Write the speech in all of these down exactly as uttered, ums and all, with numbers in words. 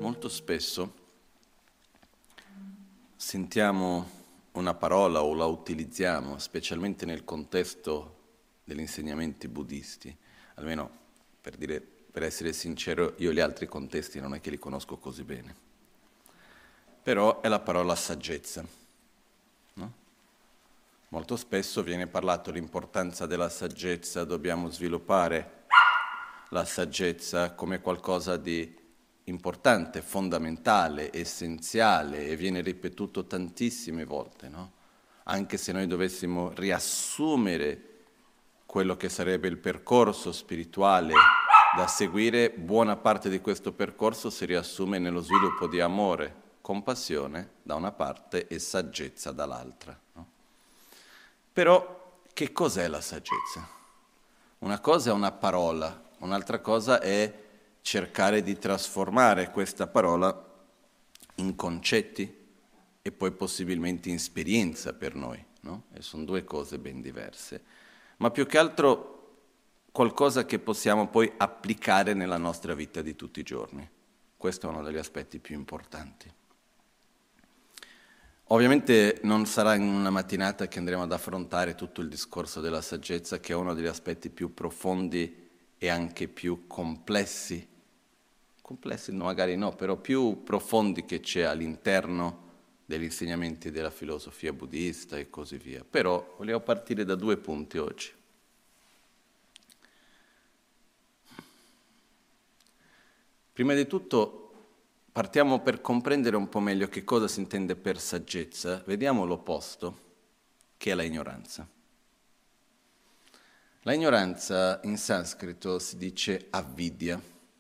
molto spesso sentiamo una parola o la utilizziamo, specialmente nel contesto degli insegnamenti buddisti, almeno per dire, per essere sincero, io gli altri contesti non è che li conosco così bene, però è la parola saggezza, no? Molto spesso viene parlato dell'importanza della saggezza, dobbiamo sviluppare la saggezza come qualcosa di importante, fondamentale, essenziale, e viene ripetuto tantissime volte, no? Anche se noi dovessimo riassumere quello che sarebbe il percorso spirituale da seguire, buona parte di questo percorso si riassume nello sviluppo di amore, compassione da una parte e saggezza dall'altra, no? Però che cos'è la saggezza? Una cosa è una parola, un'altra cosa è cercare di trasformare questa parola in concetti e poi possibilmente in esperienza per noi, no? E sono due cose ben diverse, ma più che altro qualcosa che possiamo poi applicare nella nostra vita di tutti i giorni. Questo è uno degli aspetti più importanti. Ovviamente non sarà in una mattinata che andremo ad affrontare tutto il discorso della saggezza, che è uno degli aspetti più profondi e anche più complessi, complessi no, magari no, però più profondi che c'è all'interno degli insegnamenti della filosofia buddista e così via. Però volevo partire da due punti oggi. Prima di tutto partiamo per comprendere un po' meglio che cosa si intende per saggezza, vediamo l'opposto, che è la ignoranza. La ignoranza in sanscrito si dice avidya.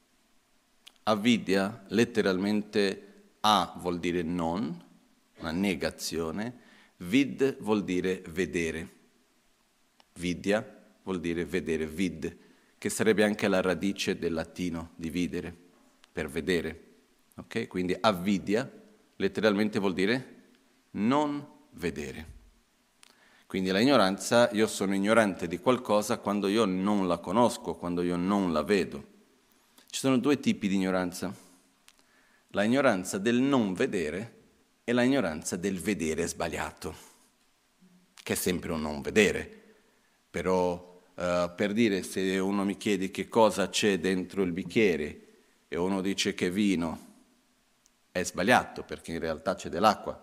Avidya letteralmente a vuol dire non, una negazione, vid vuol dire vedere, vidya vuol dire vedere, vid, che sarebbe anche la radice del latino di videre, per vedere. Okay? Quindi avidya letteralmente vuol dire non vedere. Quindi la ignoranza, io sono ignorante di qualcosa quando io non la conosco, quando io non la vedo. Ci sono due tipi di ignoranza. La ignoranza del non vedere e la ignoranza del vedere sbagliato, che è sempre un non vedere. Però uh, per dire, se uno mi chiede che cosa c'è dentro il bicchiere e uno dice che è vino, è sbagliato perché in realtà c'è dell'acqua.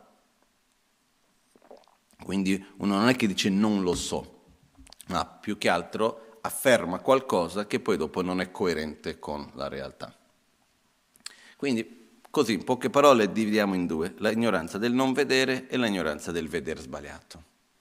Quindi uno non è che dice non lo so, ma più che altro afferma qualcosa che poi dopo non è coerente con la realtà. Quindi così, in poche parole, dividiamo in due, la ignoranza del non vedere e la ignoranza del vedere sbagliato.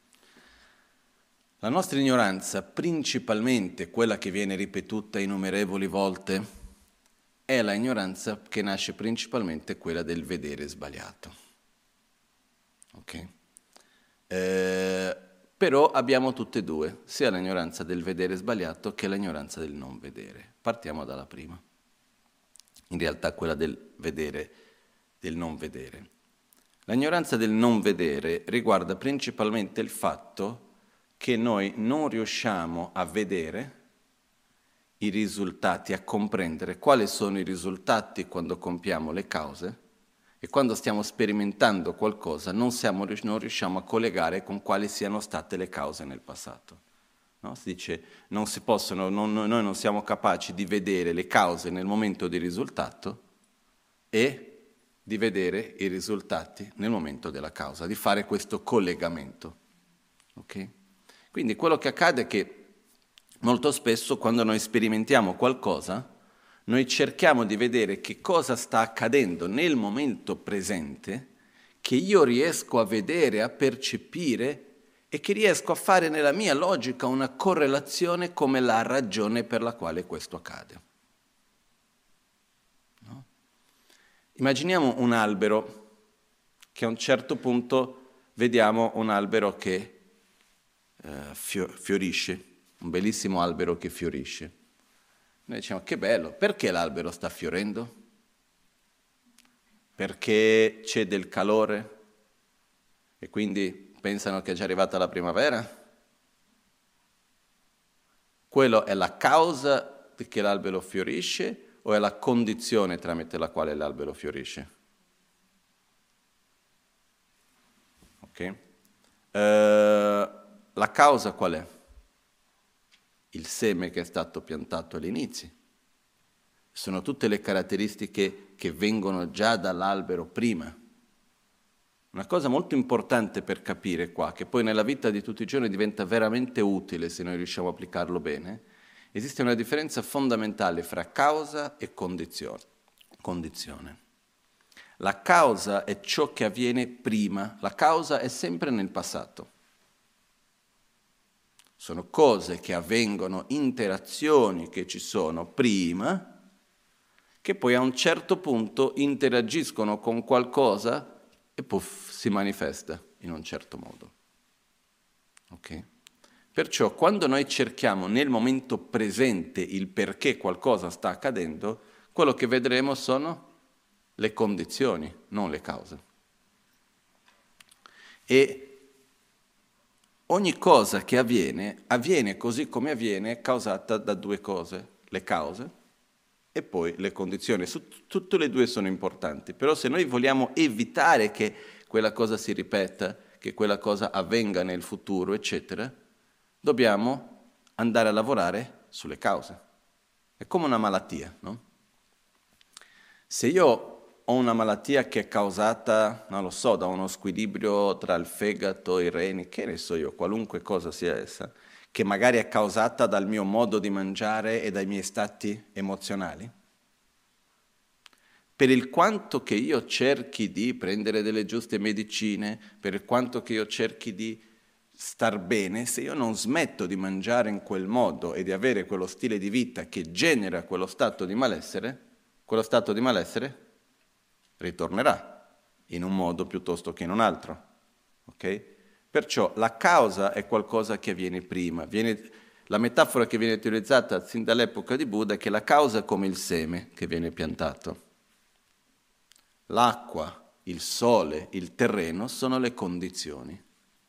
La nostra ignoranza, principalmente quella che viene ripetuta innumerevoli volte, è la ignoranza che nasce principalmente quella del vedere sbagliato. Ok? Eh, però abbiamo tutte e due, sia l'ignoranza del vedere sbagliato che l'ignoranza del non vedere. Partiamo dalla prima. In realtà quella del vedere, del non vedere. L'ignoranza del non vedere riguarda principalmente il fatto che noi non riusciamo a vedere i risultati, a comprendere quali sono i risultati quando compiamo le cause, e quando stiamo sperimentando qualcosa non, siamo, non riusciamo a collegare con quali siano state le cause nel passato. No? Si dice, non si possono, non, noi non siamo capaci di vedere le cause nel momento di risultato e di vedere i risultati nel momento della causa, di fare questo collegamento. Okay? Quindi quello che accade è che molto spesso quando noi sperimentiamo qualcosa, noi cerchiamo di vedere che cosa sta accadendo nel momento presente, che io riesco a vedere, a percepire e che riesco a fare nella mia logica una correlazione come la ragione per la quale questo accade. No? Immaginiamo un albero, che a un certo punto vediamo un albero che eh, fiorisce, un bellissimo albero che fiorisce. Noi diciamo, che bello, perché l'albero sta fiorendo? Perché c'è del calore e quindi pensano che è già arrivata la primavera? Quello è la causa che l'albero fiorisce o è la condizione tramite la quale l'albero fiorisce? Ok? Eh, la causa qual è? Il seme che è stato piantato all'inizio. Sono tutte le caratteristiche che vengono già dall'albero prima. Una cosa molto importante per capire qua, che poi nella vita di tutti i giorni diventa veramente utile se noi riusciamo a applicarlo bene, esiste una differenza fondamentale fra causa e condizione. condizione. La causa è ciò che avviene prima, la causa è sempre nel passato. Sono cose che avvengono, interazioni che ci sono prima, che poi a un certo punto interagiscono con qualcosa e puff, si manifesta in un certo modo. Ok? Perciò quando noi cerchiamo nel momento presente il perché qualcosa sta accadendo, quello che vedremo sono le condizioni, non le cause. E ogni cosa che avviene, avviene così come avviene, causata da due cose, le cause e poi le condizioni. Tutte e due sono importanti, però se noi vogliamo evitare che quella cosa si ripeta, che quella cosa avvenga nel futuro, eccetera, dobbiamo andare a lavorare sulle cause. È come una malattia, no? Se io ho una malattia che è causata, non lo so, da uno squilibrio tra il fegato e i reni, che ne so io, qualunque cosa sia essa, che magari è causata dal mio modo di mangiare e dai miei stati emozionali, per il quanto che io cerchi di prendere delle giuste medicine, per il quanto che io cerchi di star bene, se io non smetto di mangiare in quel modo e di avere quello stile di vita che genera quello stato di malessere, quello stato di malessere ritornerà in un modo piuttosto che in un altro. Ok? Perciò la causa è qualcosa che avviene prima. Viene, la metafora che viene utilizzata sin dall'epoca di Buddha è che la causa è come il seme che viene piantato. L'acqua, il sole, il terreno sono le condizioni.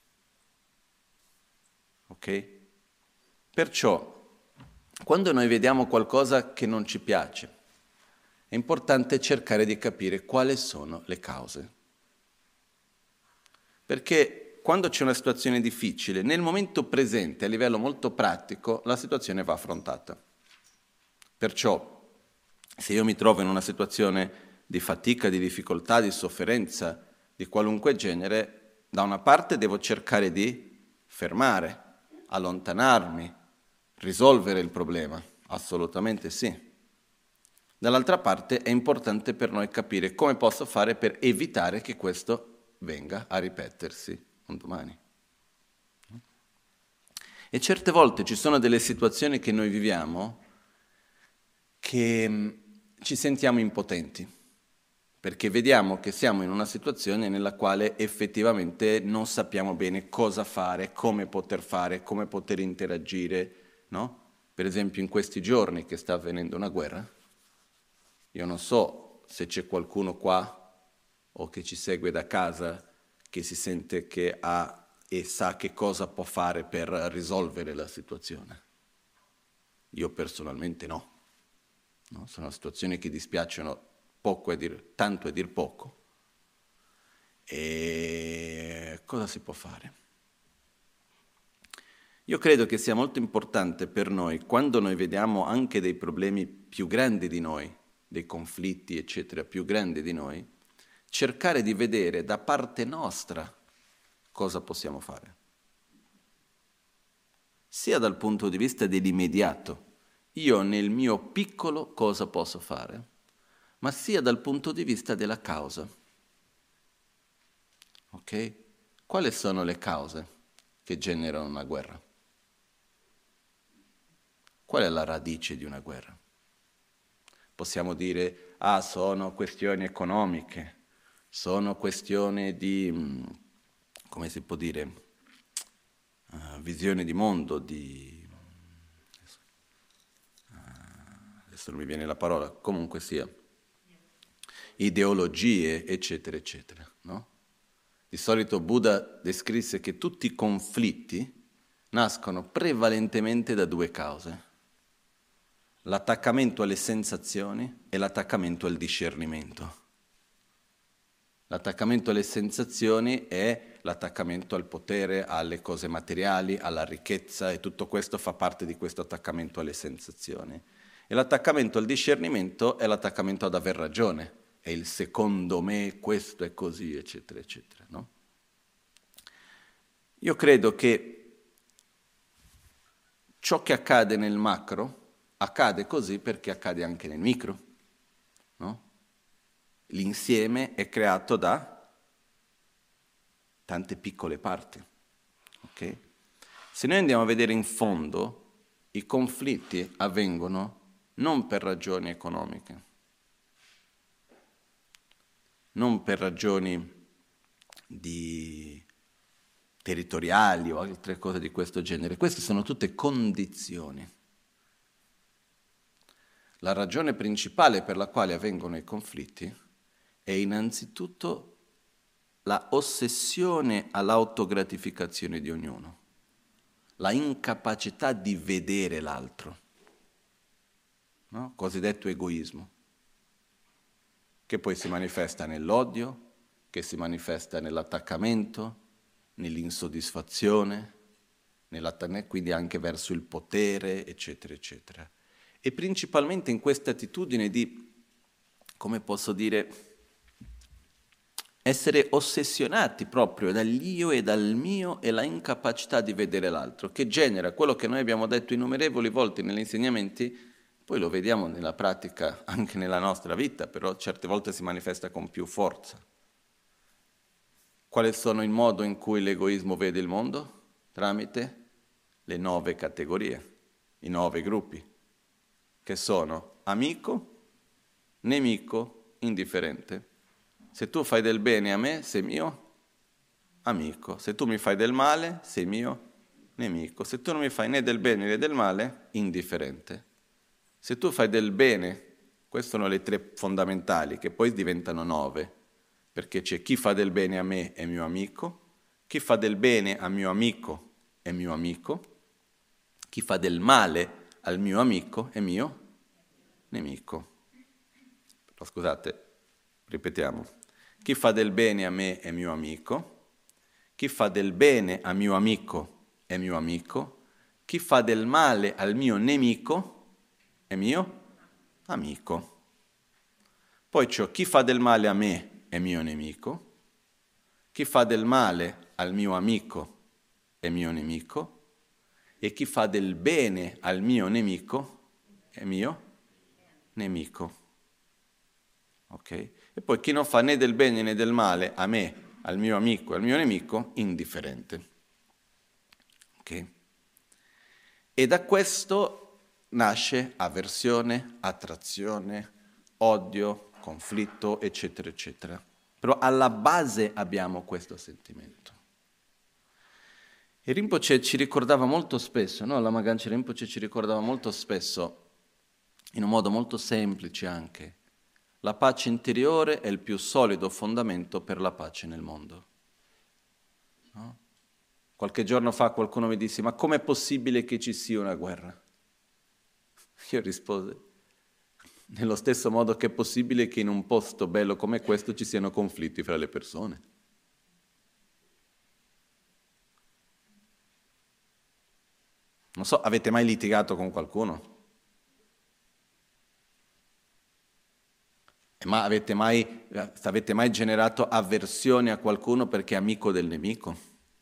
Ok? Perciò, quando noi vediamo qualcosa che non ci piace, è importante cercare di capire quali sono le cause. Perché quando c'è una situazione difficile, nel momento presente, a livello molto pratico, la situazione va affrontata. Perciò, se io mi trovo in una situazione di fatica, di difficoltà, di sofferenza, di qualunque genere, da una parte devo cercare di fermare, allontanarmi, risolvere il problema, assolutamente sì. Dall'altra parte è importante per noi capire come posso fare per evitare che questo venga a ripetersi un domani. E certe volte ci sono delle situazioni che noi viviamo che ci sentiamo impotenti, perché vediamo che siamo in una situazione nella quale effettivamente non sappiamo bene cosa fare, come poter fare, come poter interagire, no? Per esempio in questi giorni che sta avvenendo una guerra, io non so se c'è qualcuno qua o che ci segue da casa che si sente che ha e sa che cosa può fare per risolvere la situazione. Io personalmente no. No? Sono situazioni che dispiacciono poco e dir, tanto e dir poco. E cosa si può fare? Io credo che sia molto importante per noi, quando noi vediamo anche dei problemi più grandi di noi, dei conflitti, eccetera, più grandi di noi, cercare di vedere da parte nostra cosa possiamo fare. Sia dal punto di vista dell'immediato, io nel mio piccolo cosa posso fare, ma sia dal punto di vista della causa. Ok? Quali sono le cause che generano una guerra? Qual è la radice di una guerra? Possiamo dire, ah, sono questioni economiche, sono questioni di, come si può dire, uh, visione di mondo, di... Uh, adesso non mi viene la parola, comunque sia, ideologie, eccetera, eccetera, no? Di solito Buddha descrisse che tutti i conflitti nascono prevalentemente da due cause. l'attaccamento alle sensazioni e l'attaccamento al discernimento. L'attaccamento alle sensazioni è l'attaccamento al potere, alle cose materiali, alla ricchezza, e tutto questo fa parte di questo attaccamento alle sensazioni. E l'attaccamento al discernimento è l'attaccamento ad aver ragione, è il secondo me, questo è così, eccetera, eccetera, no? Io credo che ciò che accade nel macro accade così perché accade anche nel micro, no? L'insieme è creato da tante piccole parti, ok? Se noi andiamo a vedere in fondo, i conflitti avvengono non per ragioni economiche, non per ragioni di territoriali o altre cose di questo genere. Queste sono tutte condizioni. La ragione principale per la quale avvengono i conflitti è innanzitutto la ossessione all'autogratificazione di ognuno, la incapacità di vedere l'altro, no? Cosiddetto egoismo, che poi si manifesta nell'odio, che si manifesta nell'attaccamento, nell'insoddisfazione, quindi anche verso il potere, eccetera, eccetera. E principalmente in questa attitudine di, come posso dire, essere ossessionati proprio dall'io e dal mio e la incapacità di vedere l'altro, che genera quello che noi abbiamo detto innumerevoli volte negli insegnamenti, poi lo vediamo nella pratica anche nella nostra vita, però certe volte si manifesta con più forza. Quali sono il modo in cui l'egoismo vede il mondo? Tramite le nove categorie, i nove gruppi, che sono amico, nemico, indifferente. Se tu fai del bene a me, sei mio amico. Se tu mi fai del male, sei mio nemico. Se tu non mi fai né del bene né del male, indifferente. Se tu fai del bene, queste sono le tre fondamentali, che poi diventano nove, perché c'è chi fa del bene a me è mio amico, chi fa del bene a mio amico è mio amico, chi fa del male al mio amico è mio nemico. Però, scusate, ripetiamo. Chi fa del bene a me è mio amico, chi fa del bene a mio amico è mio amico, chi fa del male al mio nemico è mio amico. Poi c'ho chi fa del male a me è mio nemico, chi fa del male al mio amico è mio nemico e chi fa del bene al mio nemico è mio nemico. Ok? E poi chi non fa né del bene né del male a me, al mio amico e al mio nemico, indifferente. Ok? E da questo nasce avversione, attrazione, odio, conflitto, eccetera, eccetera. Però alla base abbiamo questo sentimento. E Rinpoche ci ricordava molto spesso, no? La Magancia Rinpoche ci ricordava molto spesso, in un modo molto semplice anche, la pace interiore è il più solido fondamento per la pace nel mondo. No? Qualche giorno fa qualcuno mi disse, ma com'è possibile che ci sia una guerra? Io risposi, nello stesso modo che è possibile che in un posto bello come questo ci siano conflitti fra le persone. Non so, avete mai litigato con qualcuno? Ma avete mai, avete mai generato avversione a qualcuno perché è amico del nemico?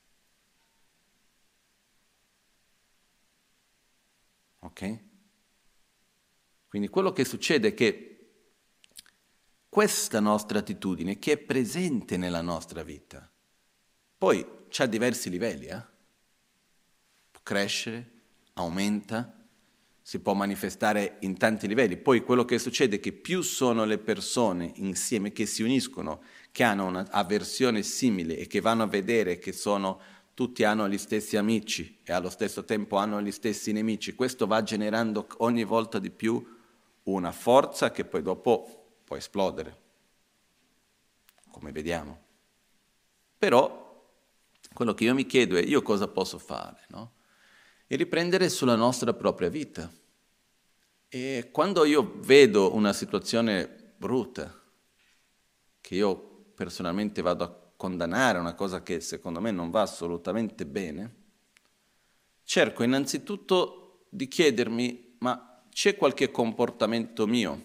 Ok? Quindi quello che succede è che questa nostra attitudine, che è presente nella nostra vita, poi c'ha diversi livelli, eh? Può crescere, aumenta, si può manifestare in tanti livelli. Poi quello che succede è che più sono le persone insieme che si uniscono, che hanno un'avversione simile e che vanno a vedere che sono, tutti hanno gli stessi amici e allo stesso tempo hanno gli stessi nemici, questo va generando ogni volta di più una forza che poi dopo può esplodere, come vediamo. Però quello che io mi chiedo è io cosa posso fare, no? E riprendere sulla nostra propria vita E quando io vedo una situazione brutta, che io personalmente vado a condannare, una cosa che secondo me non va assolutamente bene, cerco innanzitutto di chiedermi, ma c'è qualche comportamento mio,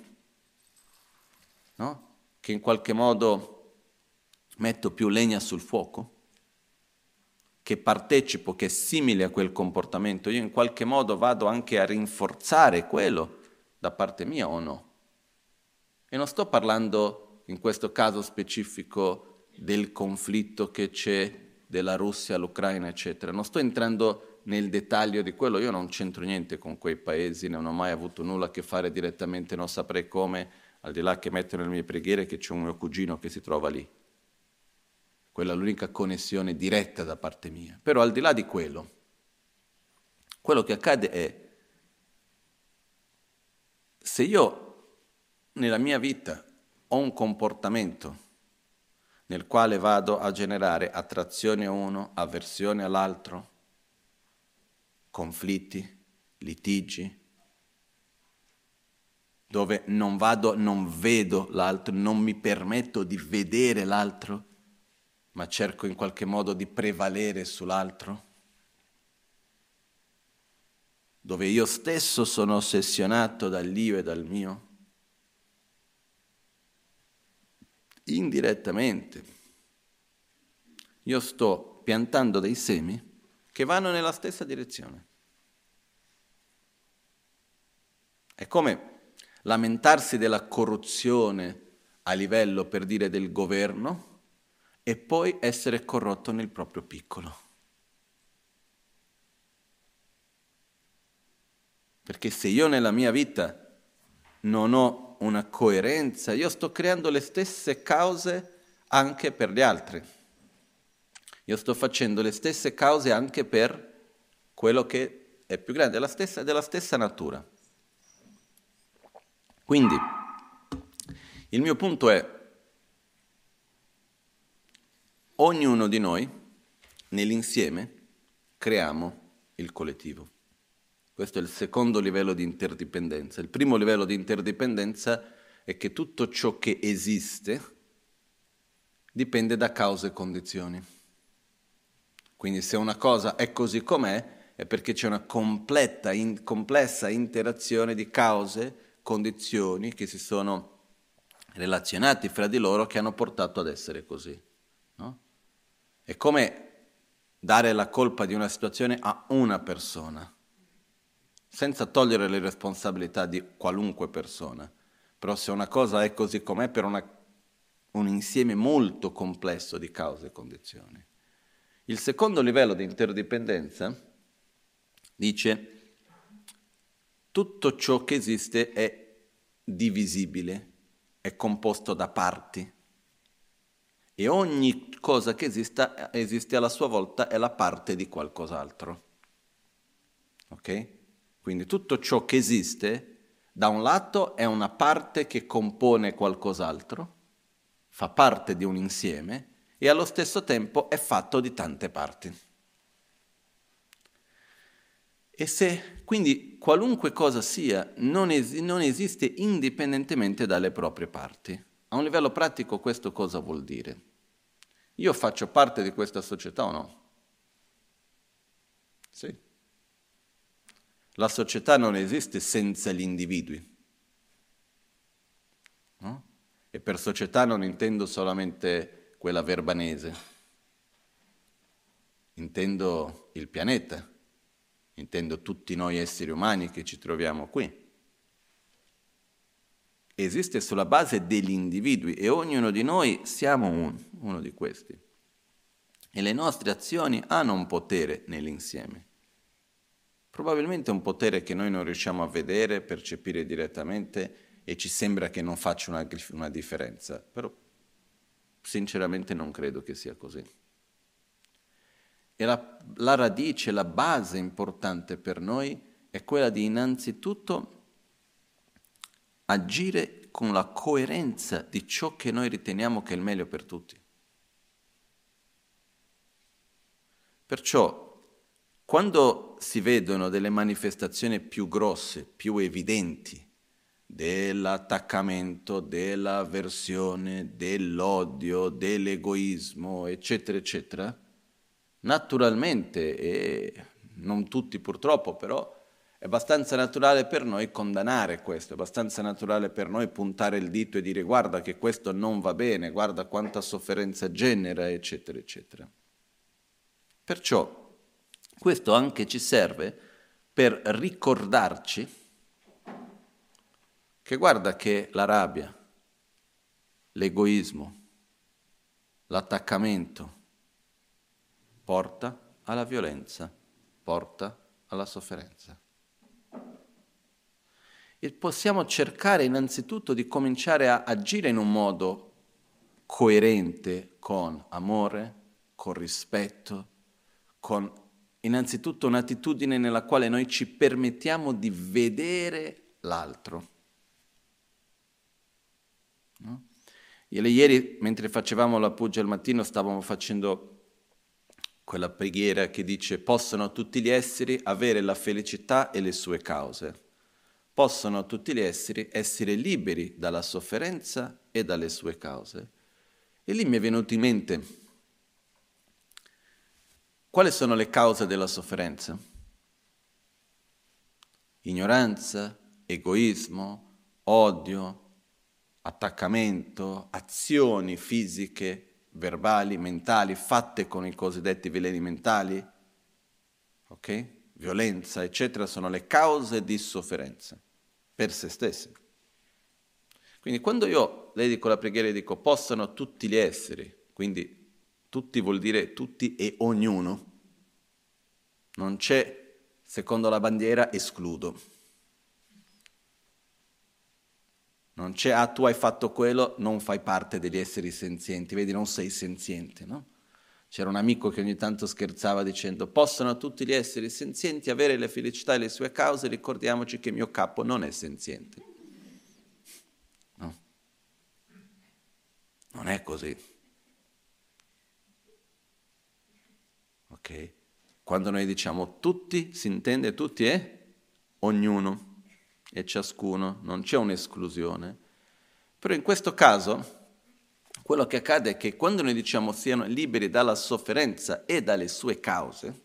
no? Che in qualche modo metto più legna sul fuoco? Che partecipo, che è simile a quel comportamento, io in qualche modo vado anche a rinforzare quello da parte mia o no? E non sto parlando in questo caso specifico del conflitto che c'è della Russia, l'Ucraina, eccetera. Non sto entrando nel dettaglio di quello, io non c'entro niente con quei paesi, non ho mai avuto nulla a che fare direttamente, non saprei come, al di là che metto nelle mie preghiere che c'è un mio cugino che si trova lì. Quella è l'unica connessione diretta da parte mia. Però al di là di quello, quello che accade è, se io nella mia vita ho un comportamento nel quale vado a generare attrazione a uno, avversione all'altro, conflitti, litigi, dove non vado, non vedo l'altro, non mi permetto di vedere l'altro, ma cerco in qualche modo di prevalere sull'altro, dove io stesso sono ossessionato dall'io e dal mio, indirettamente io sto piantando dei semi che vanno nella stessa direzione. È come lamentarsi della corruzione a livello, per dire, del governo e poi essere corrotto nel proprio piccolo. Perché se io nella mia vita non ho una coerenza, io sto creando le stesse cause anche per gli altri. Io sto facendo le stesse cause anche per quello che è più grande, della stessa, della stessa natura. Quindi, il mio punto è, ognuno di noi, nell'insieme, creiamo il collettivo. Questo è il secondo livello di interdipendenza. Il primo livello di interdipendenza è che tutto ciò che esiste dipende da cause e condizioni. Quindi se una cosa è così com'è, è perché c'è una completa, in, complessa interazione di cause, condizioni che si sono relazionati fra di loro che hanno portato ad essere così. No? È come dare la colpa di una situazione a una persona, senza togliere le responsabilità di qualunque persona. Però se una cosa è così com'è, per una, un insieme molto complesso di cause e condizioni. Il secondo livello di interdipendenza dice tutto ciò che esiste è divisibile, è composto da parti e ogni cosa che esista, esiste alla sua volta è la parte di qualcos'altro. Ok? Quindi tutto ciò che esiste, da un lato, è una parte che compone qualcos'altro, fa parte di un insieme e allo stesso tempo è fatto di tante parti. E se quindi qualunque cosa sia non, es- non esiste indipendentemente dalle proprie parti. A un livello pratico questo cosa vuol dire? Io faccio parte di questa società o no? Sì. La società non esiste senza gli individui. No? E per società non intendo solamente quella verbanese, intendo il pianeta, intendo tutti noi esseri umani che ci troviamo qui. Esiste sulla base degli individui e ognuno di noi siamo un, uno di questi. E le nostre azioni hanno un potere nell'insieme. Probabilmente un potere che noi non riusciamo a vedere, percepire direttamente e ci sembra che non faccia una, una differenza, però sinceramente non credo che sia così. E la, la radice, la base importante per noi è quella di innanzitutto agire con la coerenza di ciò che noi riteniamo che è il meglio per tutti. Perciò, quando si vedono delle manifestazioni più grosse, più evidenti, dell'attaccamento, dell'avversione, dell'odio, dell'egoismo, eccetera, eccetera, naturalmente, e non tutti purtroppo, però è abbastanza naturale per noi condannare questo, è abbastanza naturale per noi puntare il dito e dire guarda che questo non va bene, guarda quanta sofferenza genera, eccetera, eccetera. Perciò questo anche ci serve per ricordarci che guarda che la rabbia, l'egoismo, l'attaccamento porta alla violenza, porta alla sofferenza. E possiamo cercare innanzitutto di cominciare a agire in un modo coerente con amore, con rispetto, con innanzitutto un'attitudine nella quale noi ci permettiamo di vedere l'altro. No? Io ieri, mentre facevamo la puja al mattino, stavamo facendo quella preghiera che dice possono tutti gli esseri avere la felicità e le sue cause. Possono tutti gli esseri essere liberi dalla sofferenza e dalle sue cause. E lì mi è venuto in mente quali sono le cause della sofferenza? Ignoranza, egoismo, odio, attaccamento, azioni fisiche, verbali, mentali, fatte con i cosiddetti veleni mentali, ok? Violenza, eccetera, sono le cause di sofferenza per se stesse. Quindi quando io le dico la preghiera e dico possano tutti gli esseri, quindi tutti vuol dire tutti e ognuno, non c'è, secondo la bandiera, escludo. Non c'è, ah, tu hai fatto quello, non fai parte degli esseri senzienti, vedi, non sei senziente, no? C'era un amico che ogni tanto scherzava dicendo possono tutti gli esseri senzienti avere le felicità e le sue cause, ricordiamoci che il mio capo non è senziente. No? Non è così. Ok? Quando noi diciamo tutti, si intende tutti e ognuno e ciascuno, non c'è un'esclusione. Però in questo caso quello che accade è che quando noi diciamo siano liberi dalla sofferenza e dalle sue cause,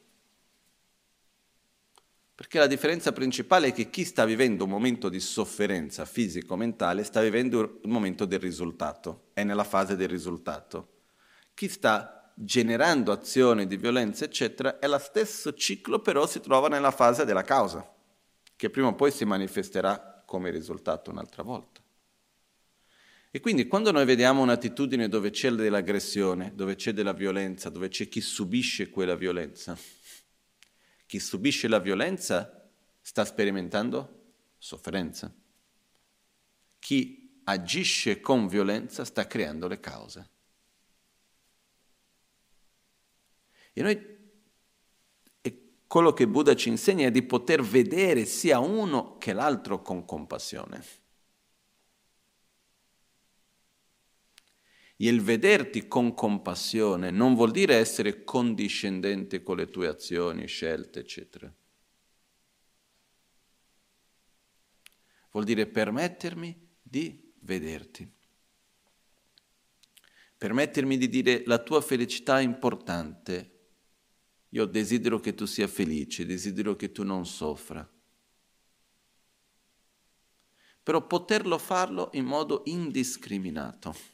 perché la differenza principale è che chi sta vivendo un momento di sofferenza fisico-mentale sta vivendo il momento del risultato, è nella fase del risultato. Chi sta generando azioni di violenza, eccetera, è lo stesso ciclo, però si trova nella fase della causa, che prima o poi si manifesterà come risultato un'altra volta. E quindi quando noi vediamo un'attitudine dove c'è dell'aggressione, dove c'è della violenza, dove c'è chi subisce quella violenza, chi subisce la violenza sta sperimentando sofferenza. Chi agisce con violenza sta creando le cause. E noi, e quello che Buddha ci insegna è di poter vedere sia uno che l'altro con compassione. E il vederti con compassione non vuol dire essere condiscendente con le tue azioni, scelte, eccetera. Vuol dire permettermi di vederti. Permettermi di dire la tua felicità è importante. Io desidero che tu sia felice, desidero che tu non soffra. Però poterlo farlo in modo indiscriminato.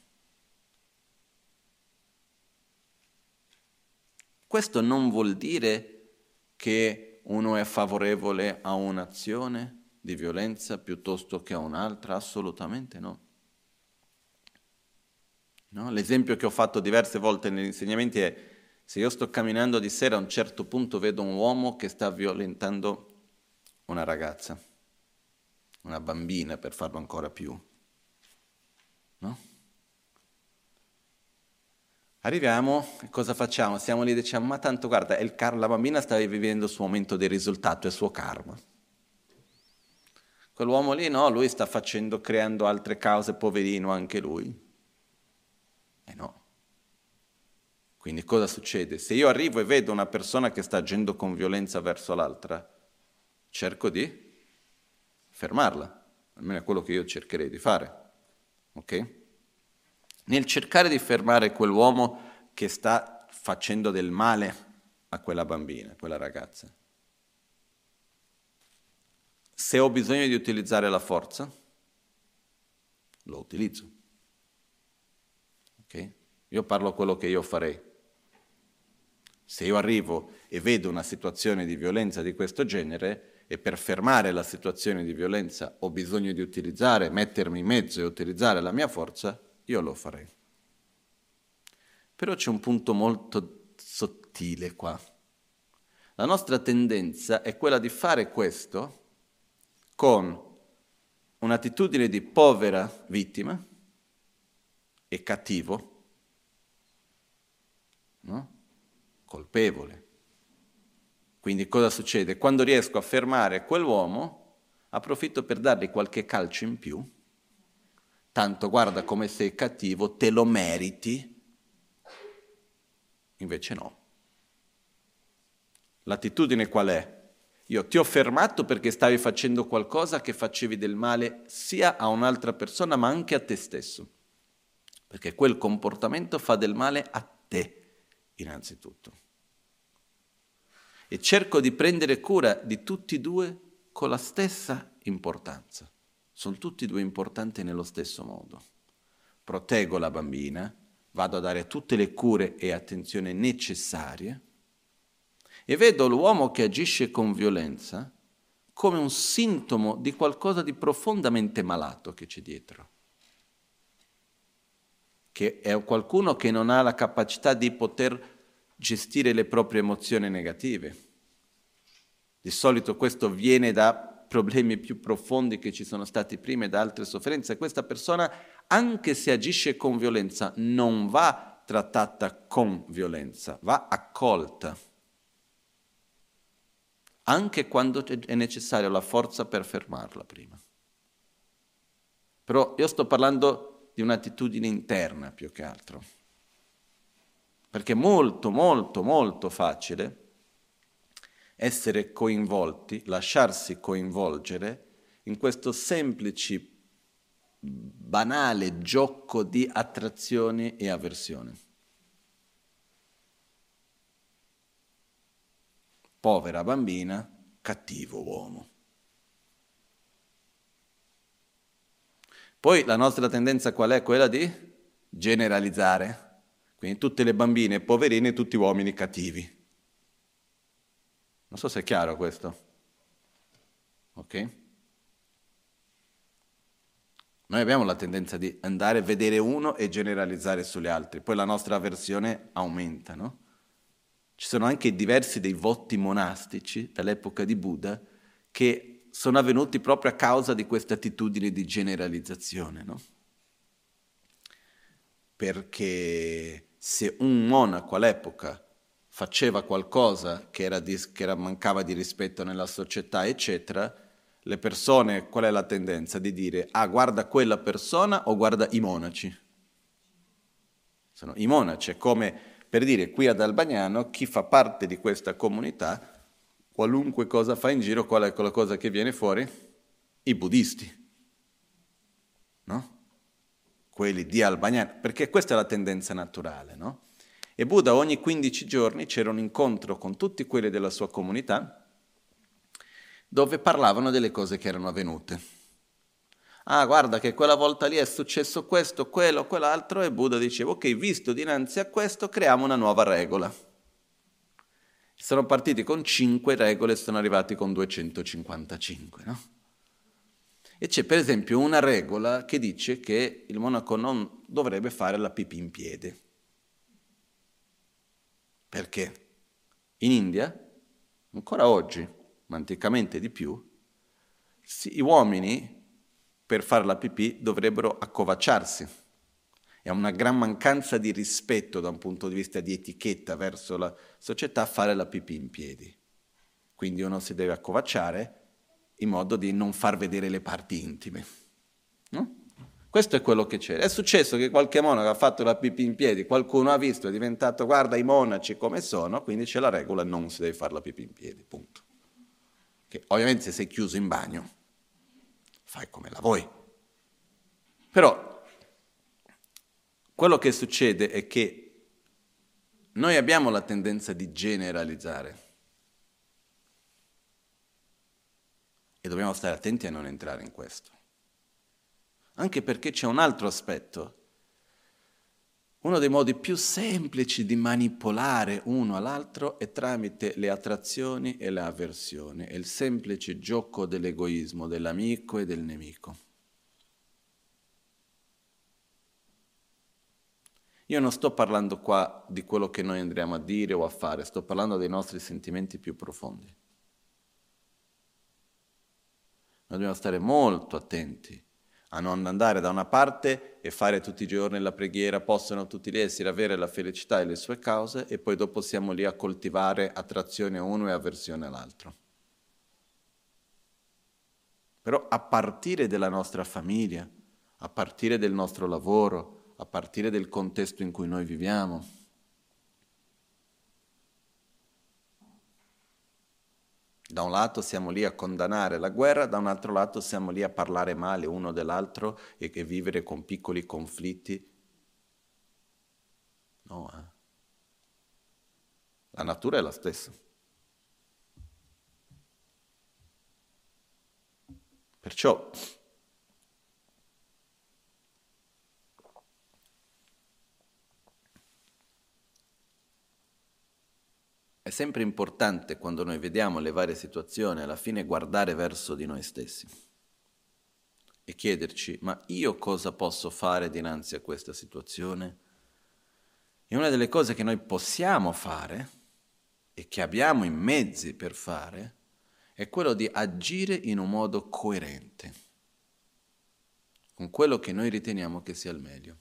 Questo non vuol dire che uno è favorevole a un'azione di violenza piuttosto che a un'altra, assolutamente no. No? L'esempio che ho fatto diverse volte negli insegnamenti è se io sto camminando di sera a un certo punto vedo un uomo che sta violentando una ragazza, una bambina per farlo ancora più, no? Arriviamo, e cosa facciamo? Siamo lì e diciamo, ma tanto guarda, è il car- la bambina sta vivendo il suo momento di risultato, è il suo karma. Quell'uomo lì no, lui sta facendo, creando altre cause, poverino anche lui. E no. Quindi cosa succede? Se io arrivo e vedo una persona che sta agendo con violenza verso l'altra, cerco di fermarla, almeno è quello che io cercherei di fare. Ok? Nel cercare di fermare quell'uomo che sta facendo del male a quella bambina, a quella ragazza, se ho bisogno di utilizzare la forza, lo utilizzo. Ok? Io parlo quello che io farei. Se io arrivo e vedo una situazione di violenza di questo genere e per fermare la situazione di violenza ho bisogno di utilizzare, mettermi in mezzo e utilizzare la mia forza, io lo farei. Però c'è un punto molto sottile qua. La nostra tendenza è quella di fare questo con un'attitudine di povera vittima e cattivo, no? Colpevole. Quindi cosa succede? Quando riesco a fermare quell'uomo, approfitto per dargli qualche calcio in più, tanto guarda come sei cattivo, te lo meriti, invece no. L'attitudine qual è? Io ti ho fermato perché stavi facendo qualcosa che facevi del male sia a un'altra persona ma anche a te stesso, perché quel comportamento fa del male a te innanzitutto. E cerco di prendere cura di tutti e due con la stessa importanza. Sono tutti e due importanti nello stesso modo. Proteggo la bambina, vado a dare tutte le cure e attenzione necessarie e vedo l'uomo che agisce con violenza come un sintomo di qualcosa di profondamente malato che c'è dietro. Che è qualcuno che non ha la capacità di poter gestire le proprie emozioni negative. Di solito questo viene da problemi più profondi che ci sono stati prima e da altre sofferenze. Questa persona, anche se agisce con violenza, non va trattata con violenza, va accolta. Anche quando è necessaria la forza per fermarla prima. Però io sto parlando di un'attitudine interna più che altro. Perché è molto, molto, molto facile essere coinvolti, lasciarsi coinvolgere in questo semplice, banale gioco di attrazione e avversione. Povera bambina, cattivo uomo. Poi la nostra tendenza qual è? Quella di generalizzare. Quindi tutte le bambine poverine e tutti uomini cattivi. Non so se è chiaro questo. Ok? Noi abbiamo la tendenza di andare a vedere uno e generalizzare sugli altri. Poi la nostra avversione aumenta, no? Ci sono anche diversi dei voti monastici dall'epoca di Buddha che sono avvenuti proprio a causa di questa attitudine di generalizzazione, no? Perché se un monaco all'epoca faceva qualcosa che, era di, che era, mancava di rispetto nella società, eccetera, le persone, qual è la tendenza? Di dire, ah, guarda quella persona o guarda i monaci? Sono i monaci, è come per dire, qui ad Albagnano, chi fa parte di questa comunità, qualunque cosa fa in giro, qual è quella cosa che viene fuori? I buddisti, no? Quelli di Albagnano, perché questa è la tendenza naturale, no? E Buddha ogni quindici giorni c'era un incontro con tutti quelli della sua comunità dove parlavano delle cose che erano avvenute. Ah, guarda che quella volta lì è successo questo, quello, quell'altro, e Buddha diceva, ok, visto dinanzi a questo, creiamo una nuova regola. Sono partiti con cinque regole e sono arrivati con duecentocinquantacinque, no? E c'è per esempio una regola che dice che il monaco non dovrebbe fare la pipì in piedi. Perché? In India, ancora oggi, ma anticamente di più, gli uomini per fare la pipì dovrebbero accovacciarsi. È una gran mancanza di rispetto da un punto di vista di etichetta verso la società fare la pipì in piedi. Quindi uno si deve accovacciare in modo di non far vedere le parti intime. No? Questo è quello che c'è. È successo che qualche monaco ha fatto la pipì in piedi, qualcuno ha visto, è diventato, guarda i monaci come sono, quindi c'è la regola, non si deve fare la pipì in piedi, punto. Che ovviamente se sei chiuso in bagno, fai come la vuoi. Però quello che succede è che noi abbiamo la tendenza di generalizzare e dobbiamo stare attenti a non entrare in questo. Anche perché c'è un altro aspetto. Uno dei modi più semplici di manipolare uno all'altro è tramite le attrazioni e le avversioni, è il semplice gioco dell'egoismo, dell'amico e del nemico. Io non sto parlando qua di quello che noi andremo a dire o a fare, sto parlando dei nostri sentimenti più profondi. Noi dobbiamo stare molto attenti a non andare da una parte e fare tutti i giorni la preghiera, possono tutti gli esseri avere la felicità e le sue cause e poi dopo siamo lì a coltivare attrazione a uno e avversione all'altro. Però a partire dalla nostra famiglia, a partire del nostro lavoro, a partire del contesto in cui noi viviamo, da un lato siamo lì a condannare la guerra, da un altro lato siamo lì a parlare male uno dell'altro e a vivere con piccoli conflitti. No, eh. La natura è la stessa. Perciò è sempre importante, quando noi vediamo le varie situazioni, alla fine guardare verso di noi stessi e chiederci, ma io cosa posso fare dinanzi a questa situazione? E una delle cose che noi possiamo fare e che abbiamo i mezzi per fare è quello di agire in un modo coerente con quello che noi riteniamo che sia il meglio.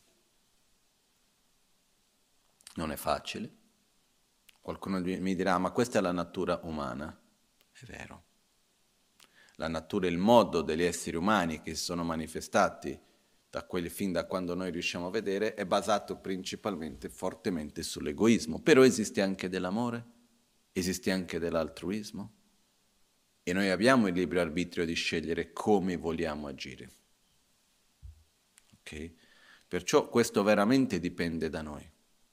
Non è facile. Qualcuno mi dirà, ma questa è la natura umana. È vero. La natura, il modo degli esseri umani che si sono manifestati da quelli fin da quando noi riusciamo a vedere, è basato principalmente, fortemente sull'egoismo. Però esiste anche dell'amore, esiste anche dell'altruismo e noi abbiamo il libero arbitrio di scegliere come vogliamo agire. Ok? Perciò questo veramente dipende da noi.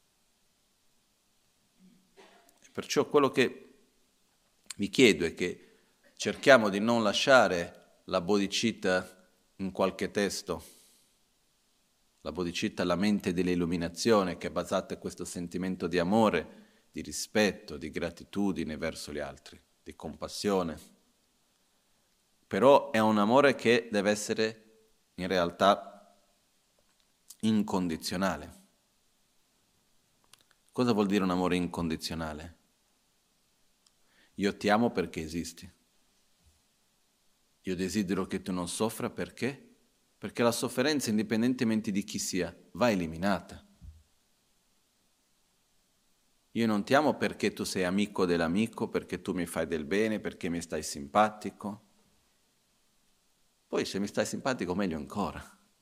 Perciò quello che vi chiedo è che cerchiamo di non lasciare la bodhicitta in qualche testo, la bodhicitta, la mente dell'illuminazione, che è basata su questo sentimento di amore, di rispetto, di gratitudine verso gli altri, di compassione. Però è un amore che deve essere in realtà incondizionale. Cosa vuol dire un amore incondizionale? Io ti amo perché esisti. Io desidero che tu non soffra perché? Perché la sofferenza, indipendentemente di chi sia, va eliminata. Io non ti amo perché tu sei amico dell'amico, perché tu mi fai del bene, perché mi stai simpatico. Poi se mi stai simpatico meglio ancora.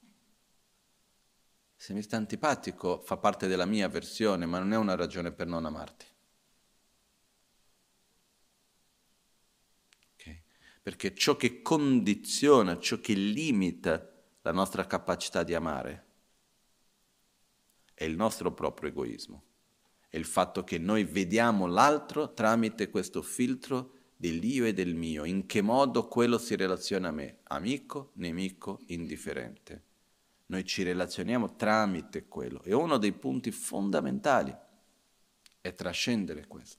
Se mi stai antipatico fa parte della mia versione, ma non è una ragione per non amarti. Okay? Perché ciò che condiziona, ciò che limita la nostra capacità di amare è il nostro proprio egoismo. È il fatto che noi vediamo l'altro tramite questo filtro dell'io e del mio, in che modo quello si relaziona a me, amico, nemico, indifferente. Noi ci relazioniamo tramite quello e uno dei punti fondamentali è trascendere questo,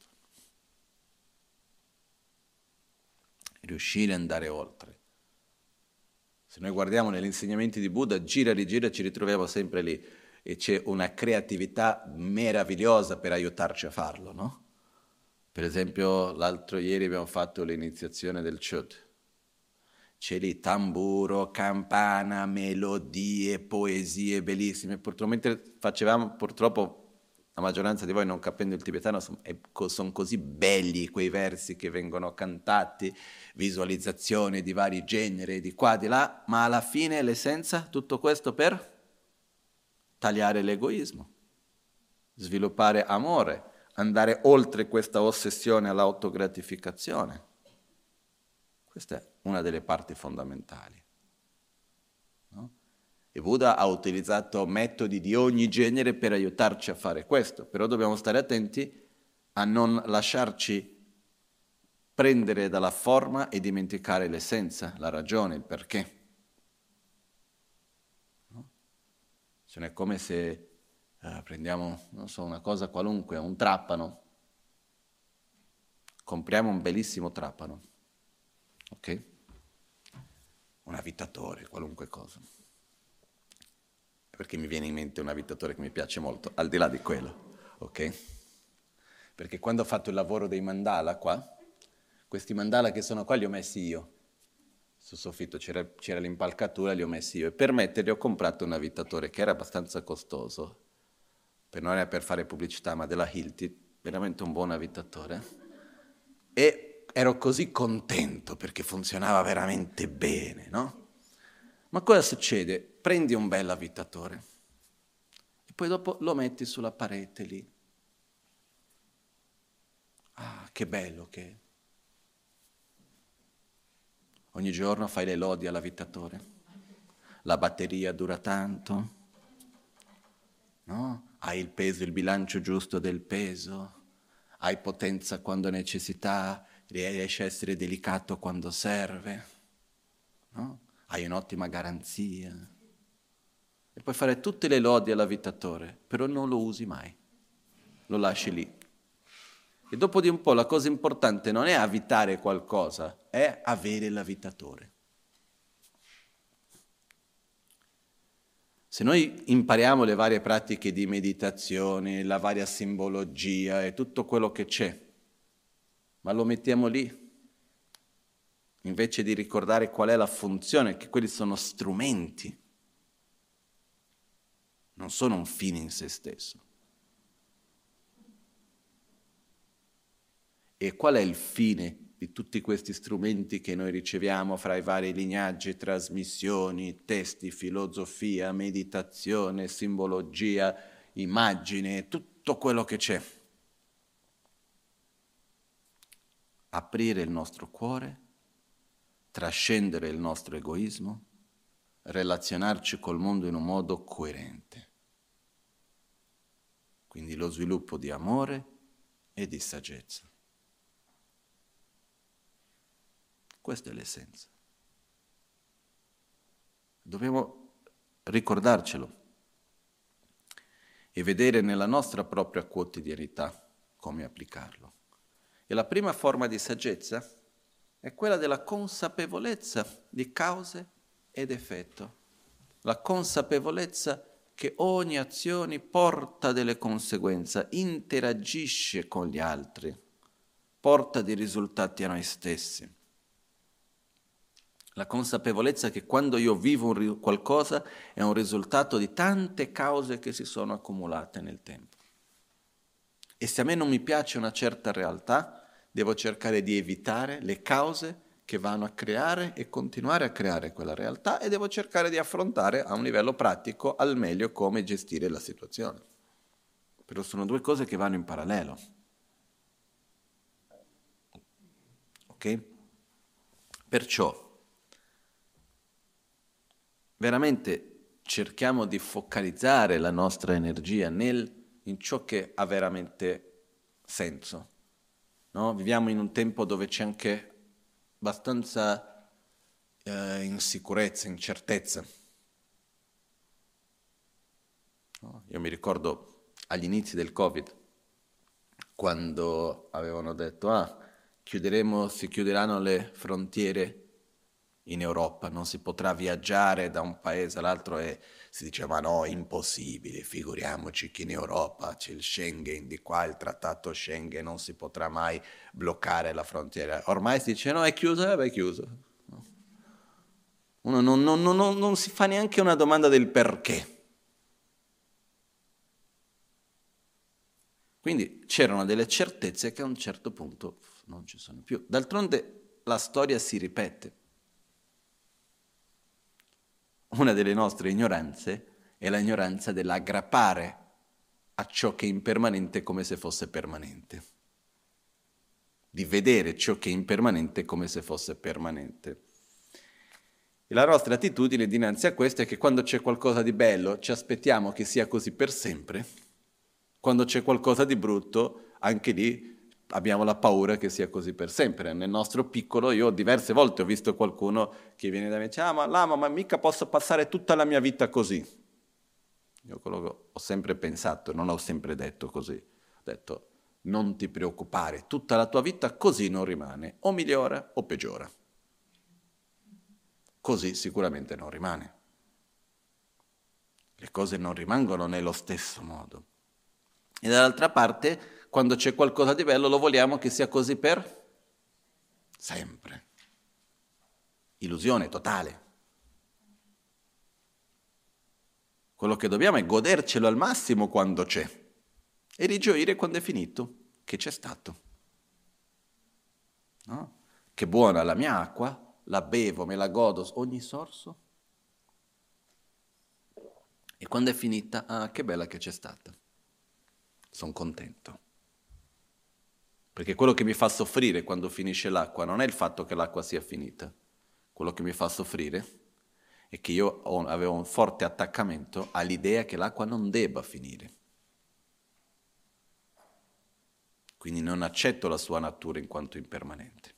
riuscire ad andare oltre. Se noi guardiamo negli insegnamenti di Buddha, gira e rigira ci ritroviamo sempre lì e c'è una creatività meravigliosa per aiutarci a farlo, no? Per esempio l'altro ieri abbiamo fatto l'iniziazione del Chöd. C'è lì tamburo, campana, melodie, poesie bellissime. Purtroppo, mentre facevamo, purtroppo la maggioranza di voi non capendo il tibetano sono son così belli quei versi che vengono cantati, visualizzazioni di vari generi, di qua, di là, ma alla fine l'essenza, tutto questo per tagliare l'egoismo, sviluppare amore, andare oltre questa ossessione all'autogratificazione. Questa è una delle parti fondamentali. No? E Buddha ha utilizzato metodi di ogni genere per aiutarci a fare questo, però dobbiamo stare attenti a non lasciarci prendere dalla forma e dimenticare l'essenza, la ragione, il perché. No? Ce n'è come se eh, prendiamo, non so, una cosa qualunque, un trapano, compriamo un bellissimo trapano, ok? Un avitatore, qualunque cosa. Perché mi viene in mente un avitatore che mi piace molto, al di là di quello, ok? Perché quando ho fatto il lavoro dei mandala qua, questi mandala che sono qua li ho messi io. Sul soffitto c'era, c'era l'impalcatura, li ho messi io. E per metterli ho comprato un avitatore che era abbastanza costoso, per non era per fare pubblicità, ma della Hilti, veramente un buon avitatore. E ero così contento perché funzionava veramente bene, no? Ma cosa succede? Prendi un bel avitatore e poi dopo lo metti sulla parete lì. Ah, che bello che è. Ogni giorno fai le lodi all'avitatore. La batteria dura tanto, no? Hai il peso, il bilancio giusto del peso, hai potenza quando necessità, riesci a essere delicato quando serve, no? Hai un'ottima garanzia. E puoi fare tutte le lodi all'avitatore, però non lo usi mai. Lo lasci lì. E dopo di un po' la cosa importante non è avvitare qualcosa, è avere l'avvitatore. Se noi impariamo le varie pratiche di meditazione, la varia simbologia e tutto quello che c'è, ma lo mettiamo lì, invece di ricordare qual è la funzione, che quelli sono strumenti, non sono un fine in se stesso. E qual è il fine di tutti questi strumenti che noi riceviamo fra i vari lignaggi, trasmissioni, testi, filosofia, meditazione, simbologia, immagine, tutto quello che c'è? Aprire il nostro cuore, trascendere il nostro egoismo, relazionarci col mondo in un modo coerente. Quindi lo sviluppo di amore e di saggezza. Questa è l'essenza. Dobbiamo ricordarcelo e vedere nella nostra propria quotidianità come applicarlo. E la prima forma di saggezza è quella della consapevolezza di cause ed effetto. La consapevolezza che ogni azione porta delle conseguenze, interagisce con gli altri, porta dei risultati a noi stessi. La consapevolezza che quando io vivo un, qualcosa è un risultato di tante cause che si sono accumulate nel tempo. E se a me non mi piace una certa realtà, devo cercare di evitare le cause che vanno a creare e continuare a creare quella realtà e devo cercare di affrontare a un livello pratico al meglio come gestire la situazione. Però sono due cose che vanno in parallelo. Ok? Perciò veramente cerchiamo di focalizzare la nostra energia nel, in ciò che ha veramente senso. No? Viviamo in un tempo dove c'è anche abbastanza eh, insicurezza, incertezza. No? Io mi ricordo agli inizi del Covid, quando avevano detto ah, chiuderemo, si chiuderanno le frontiere in Europa, non si potrà viaggiare da un paese all'altro e si diceva no, impossibile, figuriamoci che in Europa c'è il Schengen, di qua il trattato Schengen, non si potrà mai bloccare la frontiera. Ormai si dice no, è chiuso, eh beh, è chiuso. Uno non, non, non, non si fa neanche una domanda del perché. Quindi c'erano delle certezze che a un certo punto non ci sono più. D'altronde la storia si ripete. Una delle nostre ignoranze è la ignoranza dell'aggrappare a ciò che è impermanente come se fosse permanente, di vedere ciò che è impermanente come se fosse permanente. E la nostra attitudine dinanzi a questo è che quando c'è qualcosa di bello ci aspettiamo che sia così per sempre, quando c'è qualcosa di brutto anche lì abbiamo la paura che sia così per sempre. Nel nostro piccolo io diverse volte ho visto qualcuno che viene da me e dice ah ma Lama, ma mica posso passare tutta la mia vita così. Io quello che ho sempre pensato, non ho sempre detto così, ho detto non ti preoccupare, tutta la tua vita così non rimane, o migliora o peggiora. Così sicuramente non rimane. Le cose non rimangono nello stesso modo. E dall'altra parte, quando c'è qualcosa di bello, lo vogliamo che sia così per sempre. Illusione totale. Quello che dobbiamo è godercelo al massimo quando c'è e rigioire quando è finito, che c'è stato. No? Che buona la mia acqua, la bevo, me la godo ogni sorso. E quando è finita, ah, che bella che c'è stata. Sono contento. Perché quello che mi fa soffrire quando finisce l'acqua non è il fatto che l'acqua sia finita. Quello che mi fa soffrire è che io avevo un forte attaccamento all'idea che l'acqua non debba finire. Quindi non accetto la sua natura in quanto impermanente.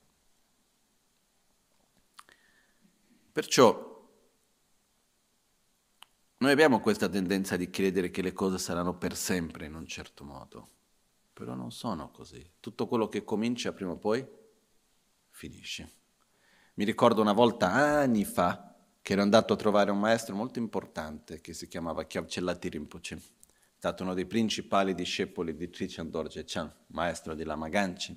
Perciò noi abbiamo questa tendenza di credere che le cose saranno per sempre in un certo modo, però non sono così. Tutto quello che comincia prima o poi finisce. Mi ricordo una volta, anni fa, che ero andato a trovare un maestro molto importante che si chiamava Kyabchelati Rinpoche, è stato uno dei principali discepoli di Trichan Dorje Chan, maestro di Lama Ganchen.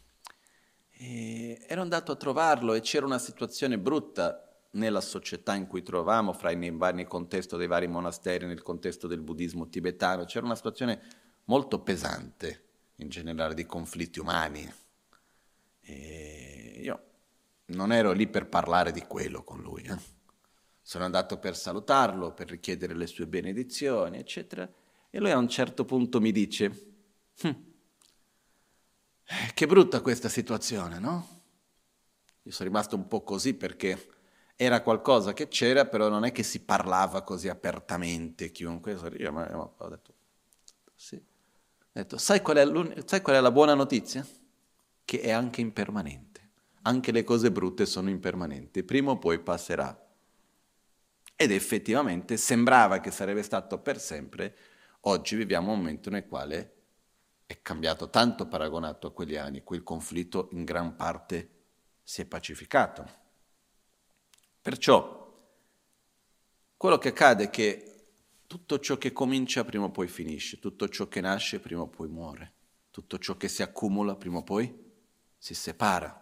E ero andato a trovarlo e c'era una situazione brutta nella società in cui trovavamo, fra i nel contesto dei vari monasteri, nel contesto del buddismo tibetano, c'era una situazione molto pesante, in generale, di conflitti umani. E io non ero lì per parlare di quello con lui, eh. Sono andato per salutarlo, per richiedere le sue benedizioni, eccetera, e lui a un certo punto mi dice hm, che brutta questa situazione, no? Io sono rimasto un po' così perché era qualcosa che c'era, però non è che si parlava così apertamente, chiunque. Io ho detto, sì. Ho detto, sai qual è, sai qual è la buona notizia? Che è anche impermanente. Anche le cose brutte sono impermanenti, prima o poi passerà. Ed effettivamente sembrava che sarebbe stato per sempre. Oggi viviamo un momento nel quale è cambiato tanto paragonato a quegli anni, quel conflitto in gran parte si è pacificato. Perciò quello che accade è che tutto ciò che comincia prima o poi finisce, tutto ciò che nasce prima o poi muore, tutto ciò che si accumula prima o poi si separa.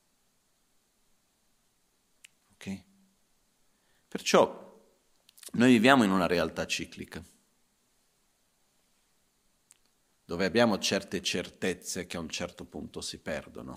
Ok? Perciò noi viviamo in una realtà ciclica, dove abbiamo certe certezze che a un certo punto si perdono.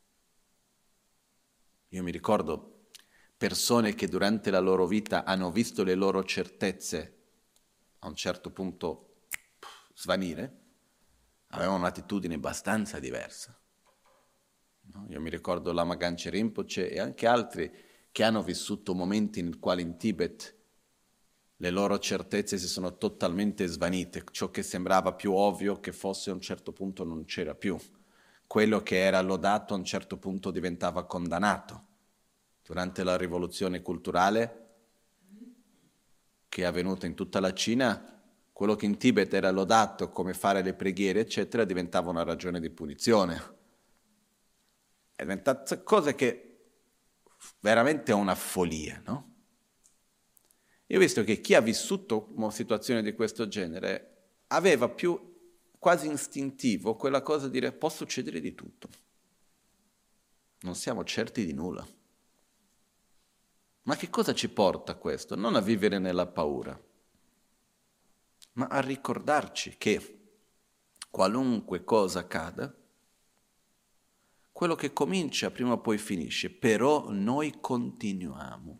Io mi ricordo persone che durante la loro vita hanno visto le loro certezze a un certo punto svanire, avevano un'attitudine abbastanza diversa. No? Io mi ricordo Lama Ganchen Rinpoche e anche altri che hanno vissuto momenti nel quali in Tibet le loro certezze si sono totalmente svanite, ciò che sembrava più ovvio che fosse a un certo punto non c'era più, quello che era lodato a un certo punto diventava condannato. Durante la rivoluzione culturale che è avvenuta in tutta la Cina, quello che in Tibet era lodato come fare le preghiere, eccetera, diventava una ragione di punizione. È diventata cosa che veramente è una follia, no? Io ho visto che chi ha vissuto una situazione di questo genere aveva più quasi istintivo quella cosa di dire può succedere di tutto. Non siamo certi di nulla. Ma che cosa ci porta a questo? Non a vivere nella paura, ma a ricordarci che qualunque cosa accada, quello che comincia prima o poi finisce, però noi continuiamo.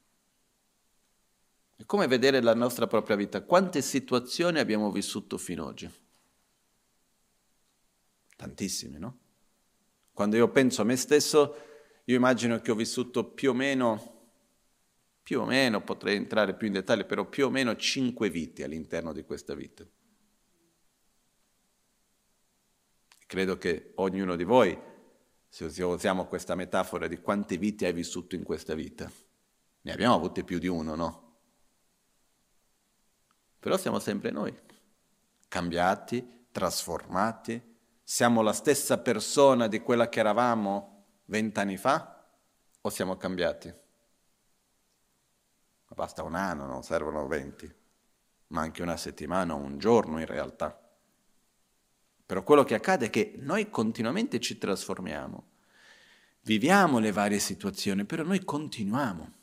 È come vedere la nostra propria vita. Quante situazioni abbiamo vissuto fino ad oggi? Tantissime, no? Quando io penso a me stesso, io immagino che ho vissuto più o meno, più o meno, potrei entrare più in dettaglio, però più o meno cinque vite all'interno di questa vita. Credo che ognuno di voi, se usiamo questa metafora di quante vite hai vissuto in questa vita, ne abbiamo avute più di uno, no? Però siamo sempre noi, cambiati, trasformati, siamo la stessa persona di quella che eravamo vent'anni fa o siamo cambiati? Basta un anno, non servono venti, ma anche una settimana o un giorno in realtà. Però quello che accade è che noi continuamente ci trasformiamo, viviamo le varie situazioni, però noi continuiamo.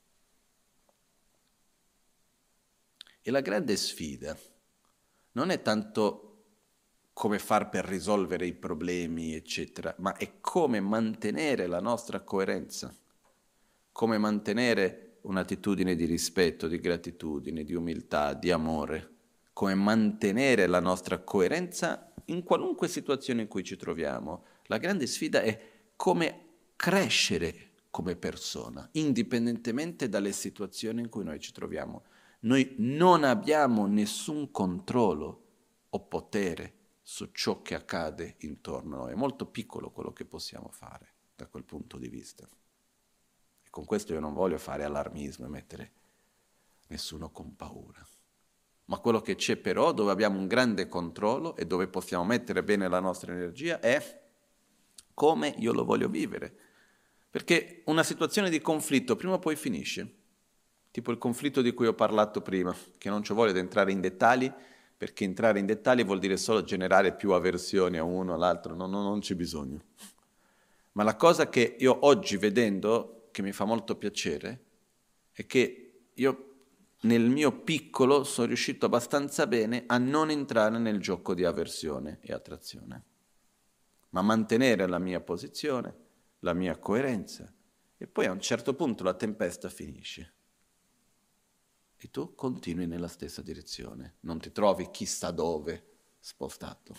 E la grande sfida non è tanto come far per risolvere i problemi, eccetera, ma è come mantenere la nostra coerenza, come mantenere un'attitudine di rispetto, di gratitudine, di umiltà, di amore, come mantenere la nostra coerenza in qualunque situazione in cui ci troviamo. La grande sfida è come crescere come persona, indipendentemente dalle situazioni in cui noi ci troviamo. Noi non abbiamo nessun controllo o potere su ciò che accade intorno a noi. È molto piccolo quello che possiamo fare da quel punto di vista. E con questo io non voglio fare allarmismo e mettere nessuno con paura. Ma quello che c'è però, dove abbiamo un grande controllo e dove possiamo mettere bene la nostra energia, è come io lo voglio vivere. Perché una situazione di conflitto prima o poi finisce. Tipo il conflitto di cui ho parlato prima, che non ci voglio entrare in dettagli, perché entrare in dettagli vuol dire solo generare più avversione a uno o all'altro, no, no, non c'è bisogno. Ma la cosa che io oggi vedendo, che mi fa molto piacere, è che io nel mio piccolo sono riuscito abbastanza bene a non entrare nel gioco di avversione e attrazione, ma mantenere la mia posizione, la mia coerenza, e poi a un certo punto la tempesta finisce. E tu continui nella stessa direzione, non ti trovi chissà dove spostato.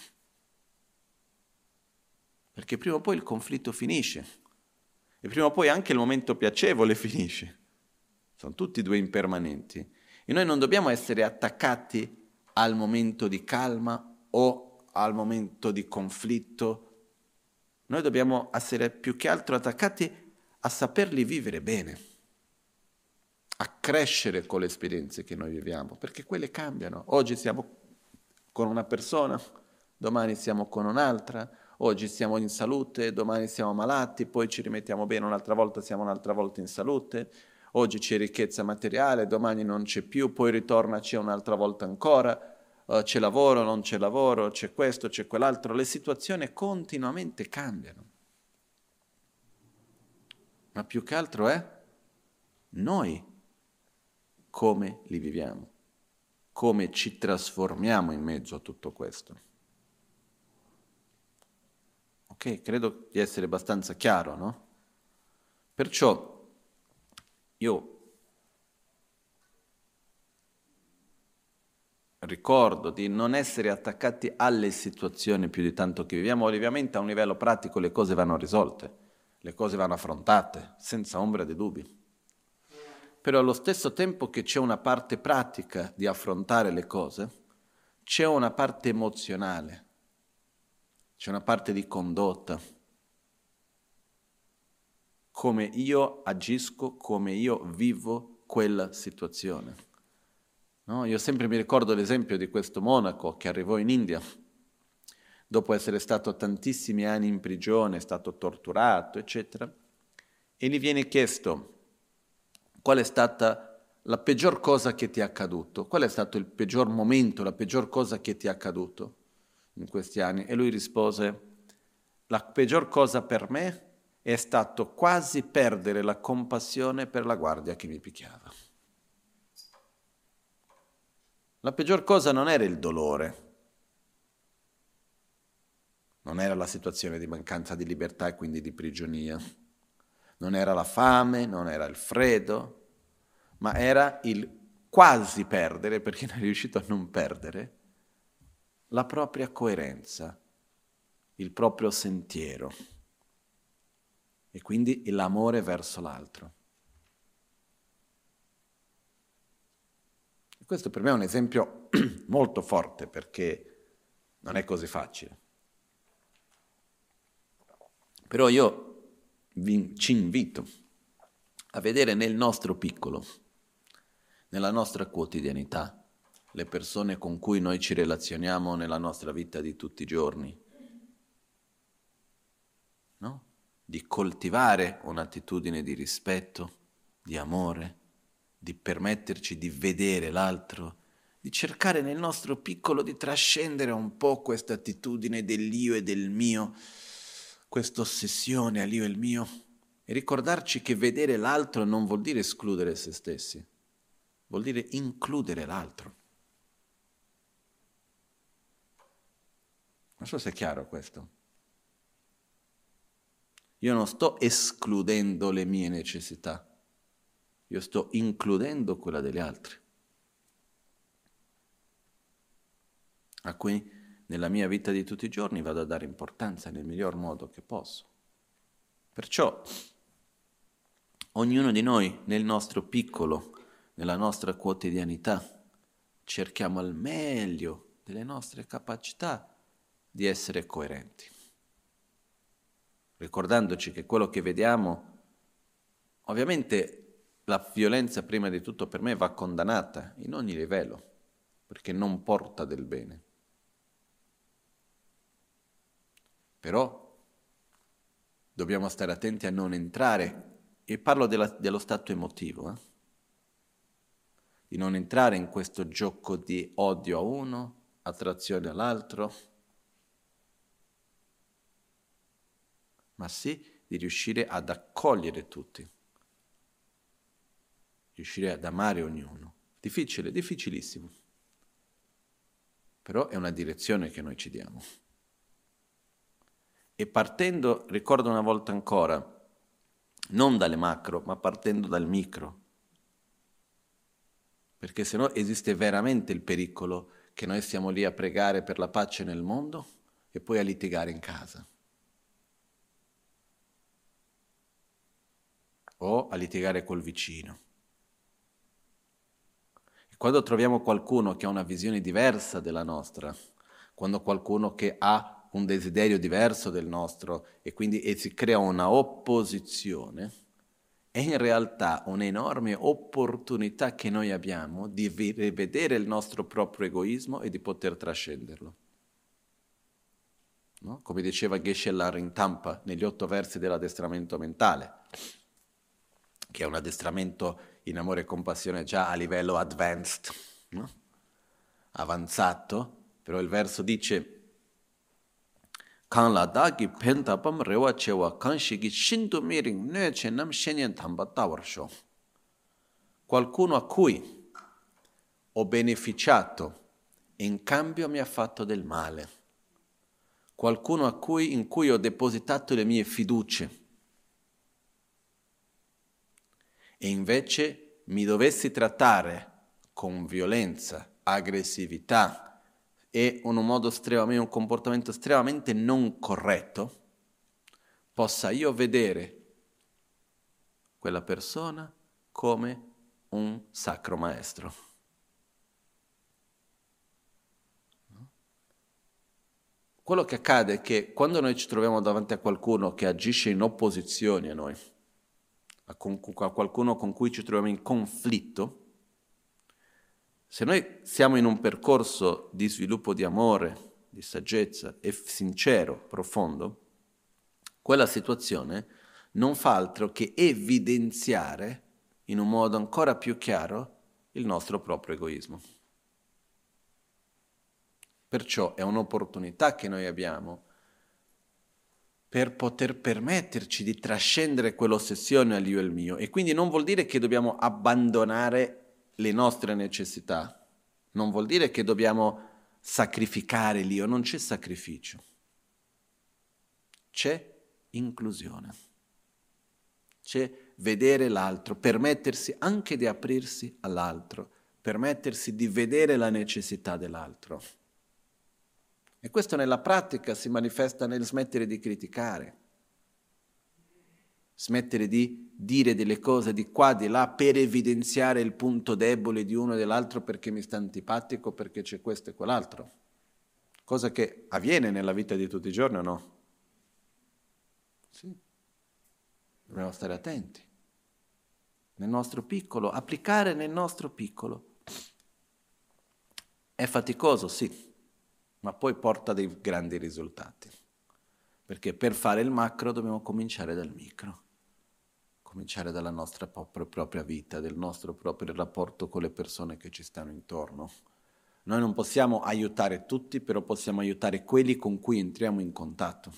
Perché prima o poi il conflitto finisce, e prima o poi anche il momento piacevole finisce. Sono tutti due impermanenti. E noi non dobbiamo essere attaccati al momento di calma o al momento di conflitto. Noi dobbiamo essere più che altro attaccati a saperli vivere bene, a crescere con le esperienze che noi viviamo, perché quelle cambiano. Oggi siamo con una persona, domani siamo con un'altra, oggi siamo in salute, domani siamo malati, poi ci rimettiamo bene, un'altra volta siamo un'altra volta in salute, oggi c'è ricchezza materiale, domani non c'è più, poi ritorna, c'è un'altra volta ancora, uh, c'è lavoro, non c'è lavoro, c'è questo, c'è quell'altro, le situazioni continuamente cambiano. Ma più che altro è noi come li viviamo, come ci trasformiamo in mezzo a tutto questo. Ok, credo di essere abbastanza chiaro, no? Perciò io ricordo di non essere attaccati alle situazioni più di tanto che viviamo. Ovviamente a un livello pratico le cose vanno risolte, le cose vanno affrontate, senza ombra di dubbi. Però allo stesso tempo che c'è una parte pratica di affrontare le cose, c'è una parte emozionale, c'è una parte di condotta, come io agisco, come io vivo quella situazione. No? Io sempre mi ricordo l'esempio di questo monaco che arrivò in India, dopo essere stato tantissimi anni in prigione, è stato torturato, eccetera, e gli viene chiesto qual è stata la peggior cosa che ti è accaduto, qual è stato il peggior momento, la peggior cosa che ti è accaduto in questi anni, e lui rispose: la peggior cosa per me è stato quasi perdere la compassione per la guardia che mi picchiava. La peggior cosa non era il dolore, Non era la situazione di mancanza di libertà e quindi di prigionia. Non era la fame, non era il freddo, ma era il quasi perdere, perché non è riuscito a non perdere, la propria coerenza, il proprio sentiero e quindi l'amore verso l'altro. E questo per me è un esempio molto forte perché non è così facile. Però io vi, ci invito a vedere nel nostro piccolo, nella nostra quotidianità, le persone con cui noi ci relazioniamo nella nostra vita di tutti i giorni, no? Di coltivare un'attitudine di rispetto, di amore, di permetterci di vedere l'altro, di cercare nel nostro piccolo di trascendere un po' questa attitudine dell'io e del mio, questa ossessione all'io e il mio, e ricordarci che vedere l'altro non vuol dire escludere se stessi, vuol dire includere l'altro. Non so se è chiaro questo. Io non sto escludendo le mie necessità, io sto includendo quella degli altri, a cui nella mia vita di tutti i giorni vado a dare importanza nel miglior modo che posso. Perciò ognuno di noi nel nostro piccolo, nella nostra quotidianità, cerchiamo al meglio delle nostre capacità di essere coerenti, ricordandoci che quello che vediamo, ovviamente la violenza prima di tutto per me va condannata in ogni livello, perché non porta del bene. Però dobbiamo stare attenti a non entrare, e parlo della, dello stato emotivo, eh? di non entrare in questo gioco di odio a uno, attrazione all'altro, ma sì di riuscire ad accogliere tutti, riuscire ad amare ognuno. Difficile, difficilissimo, però è una direzione che noi ci diamo. E partendo, ricordo una volta ancora, non dalle macro, ma partendo dal micro, perché sennò esiste veramente il pericolo che noi siamo lì a pregare per la pace nel mondo e poi a litigare in casa. O a litigare col vicino. E quando troviamo qualcuno che ha una visione diversa della nostra, quando qualcuno che ha un desiderio diverso del nostro e quindi e si crea una opposizione, è in realtà un'enorme opportunità che noi abbiamo di rivedere il nostro proprio egoismo e di poter trascenderlo. No? Come diceva Geshe-la Rintampa negli otto versi dell'addestramento mentale, che è un addestramento in amore e compassione già a livello advanced, no? Avanzato, però il verso dice Kan dagi pentapam rewa chewa kan shigi shindu miring ne chenam shenyen tamba tawarsho. Qualcuno a cui ho beneficiato e in cambio mi ha fatto del male. Qualcuno a cui, in cui ho depositato le mie fiducie. E invece mi dovessi trattare con violenza, aggressività e in un modo estremamente, un comportamento estremamente non corretto, possa io vedere quella persona come un sacro maestro. Quello che accade è che quando noi ci troviamo davanti a qualcuno che agisce in opposizione a noi, a qualcuno con cui ci troviamo in conflitto, se noi siamo in un percorso di sviluppo di amore, di saggezza e sincero, profondo, quella situazione non fa altro che evidenziare in un modo ancora più chiaro il nostro proprio egoismo. Perciò è un'opportunità che noi abbiamo per poter permetterci di trascendere quell'ossessione all'io e al mio. E quindi non vuol dire che dobbiamo abbandonare le nostre necessità, non vuol dire che dobbiamo sacrificare l'io, non c'è sacrificio. c'è inclusione. C'è vedere l'altro, permettersi anche di aprirsi all'altro, permettersi di vedere la necessità dell'altro. E questo nella pratica si manifesta nel smettere di criticare, smettere di dire delle cose di qua, di là, per evidenziare il punto debole di uno e dell'altro perché mi sta antipatico, perché c'è questo e quell'altro. Cosa che avviene nella vita di tutti i giorni o no? Sì. Dobbiamo stare attenti. Nel nostro piccolo, applicare nel nostro piccolo. È faticoso, sì, ma poi porta dei grandi risultati. Perché per fare il macro dobbiamo cominciare dal micro. Cominciare dalla nostra propria, propria vita, del nostro proprio rapporto con le persone che ci stanno intorno. Noi non possiamo aiutare tutti, però possiamo aiutare quelli con cui entriamo in contatto.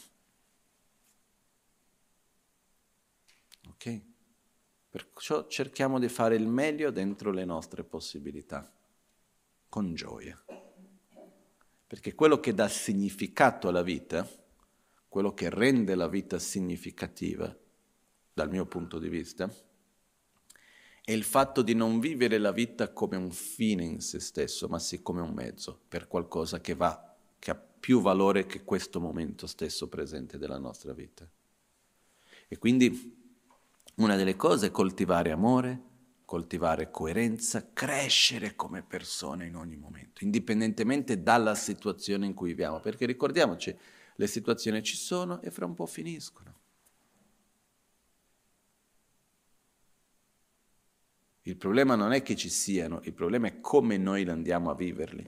Ok? Perciò cerchiamo di fare il meglio dentro le nostre possibilità, con gioia. Perché quello che dà significato alla vita, quello che rende la vita significativa, dal mio punto di vista, è il fatto di non vivere la vita come un fine in se stesso, ma sì come un mezzo per qualcosa che va, che ha più valore che questo momento stesso presente della nostra vita. E quindi una delle cose è coltivare amore, coltivare coerenza, crescere come persone in ogni momento, indipendentemente dalla situazione in cui viviamo, perché ricordiamoci, le situazioni ci sono e fra un po' finiscono. Il problema non è che ci siano, il problema è come noi andiamo a viverli.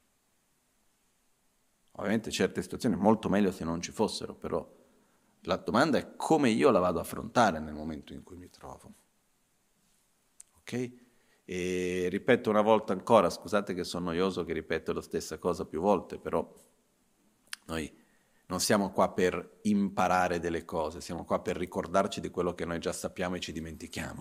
Ovviamente certe situazioni è molto meglio se non ci fossero, però la domanda è come io la vado a affrontare nel momento in cui mi trovo. Ok? E ripeto una volta ancora, scusate che sono noioso che ripeto la stessa cosa più volte, però noi non siamo qua per imparare delle cose, siamo qua per ricordarci di quello che noi già sappiamo e ci dimentichiamo.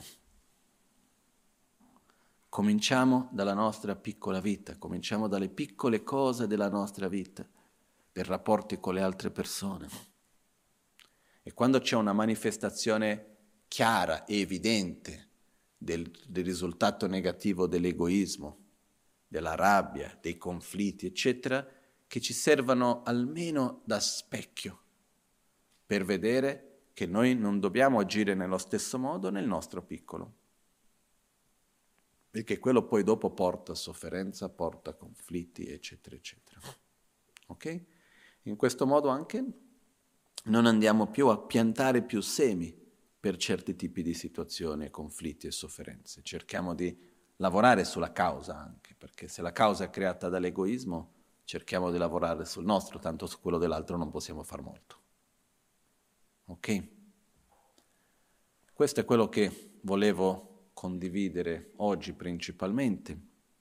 Cominciamo dalla nostra piccola vita, cominciamo dalle piccole cose della nostra vita, per rapporti con le altre persone. E quando c'è una manifestazione chiara e evidente del, del risultato negativo dell'egoismo, della rabbia, dei conflitti, eccetera, che ci servano almeno da specchio per vedere che noi non dobbiamo agire nello stesso modo nel nostro piccolo. Perché quello poi dopo porta sofferenza, porta conflitti, eccetera, eccetera. Ok? In questo modo anche non andiamo più a piantare più semi per certi tipi di situazioni, conflitti e sofferenze. Cerchiamo di lavorare sulla causa anche, perché se la causa è creata dall'egoismo, cerchiamo di lavorare sul nostro, tanto su quello dell'altro non possiamo far molto. Ok? Questo è quello che volevo condividere oggi principalmente.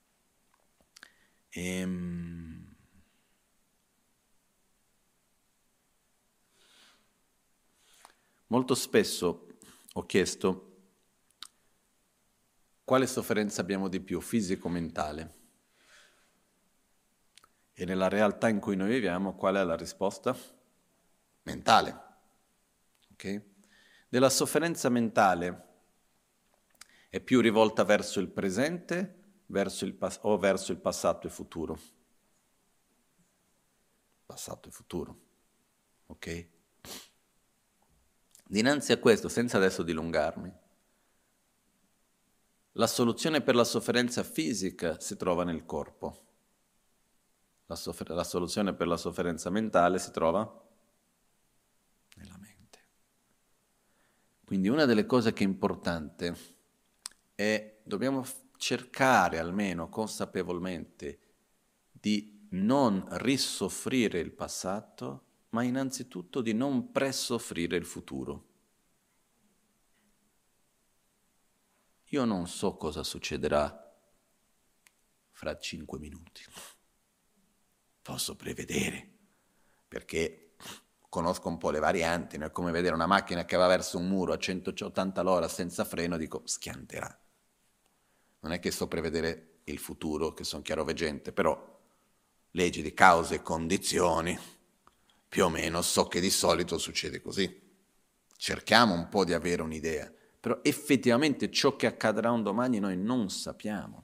Ehm... Molto spesso ho chiesto quale sofferenza abbiamo di più, fisico o mentale? E nella realtà in cui noi viviamo, qual è la risposta? Mentale. Ok? Della sofferenza mentale è più rivolta verso il presente verso il pas- o verso il passato e futuro? Passato e futuro, ok? Dinanzi a questo, senza adesso dilungarmi, la soluzione per la sofferenza fisica si trova nel corpo. La, soffer- la soluzione per la sofferenza mentale si trova nella mente. Quindi una delle cose che è importante è, dobbiamo cercare almeno consapevolmente di non risoffrire il passato, ma innanzitutto di non presoffrire il futuro. Io non so cosa succederà fra cinque minuti. Posso prevedere, perché conosco un po' le varianti, no? È come vedere una macchina che va verso un muro a centottanta all'ora senza freno, dico schianterà. Non è che so prevedere il futuro, che sono chiaroveggente, però leggi di cause e condizioni, Più o meno so che di solito succede così. Cerchiamo un po' di avere un'idea, però effettivamente ciò che accadrà un domani noi non sappiamo.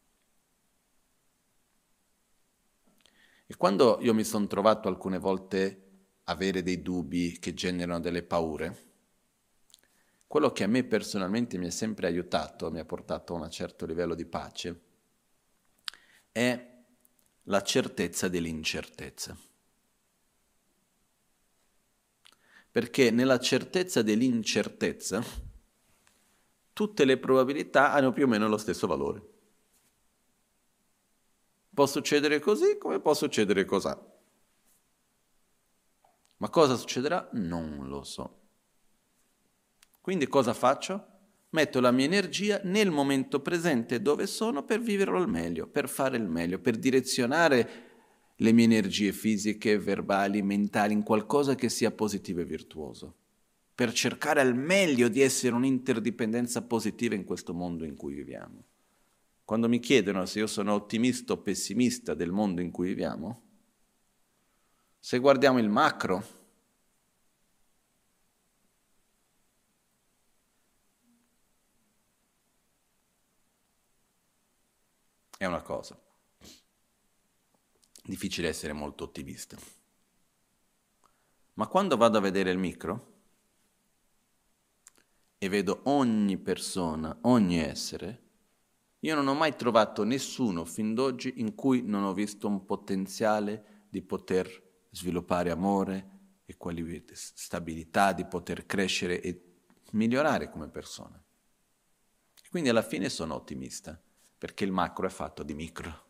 E quando io mi sono trovato alcune volte a avere dei dubbi che generano delle paure, quello che a me personalmente mi ha sempre aiutato, mi ha portato a un certo livello di pace, è la certezza dell'incertezza. Perché nella certezza dell'incertezza tutte le probabilità hanno più o meno lo stesso valore. Può succedere così come può succedere così. Ma cosa succederà? Non lo so. Quindi cosa faccio? Metto la mia energia nel momento presente dove sono per viverlo al meglio, per fare il meglio, per direzionare le mie energie fisiche, verbali, mentali in qualcosa che sia positivo e virtuoso, per cercare al meglio di essere un'interdipendenza positiva in questo mondo in cui viviamo. Quando mi chiedono se io sono ottimista o pessimista del mondo in cui viviamo, se guardiamo il macro, è una cosa. Difficile essere molto ottimista. Ma quando vado a vedere il micro e vedo ogni persona, ogni essere, io non ho mai trovato nessuno fin d'oggi in cui non ho visto un potenziale di poter sviluppare amore e stabilità, di poter crescere e migliorare come persona. Quindi alla fine sono ottimista, perché il macro è fatto di micro.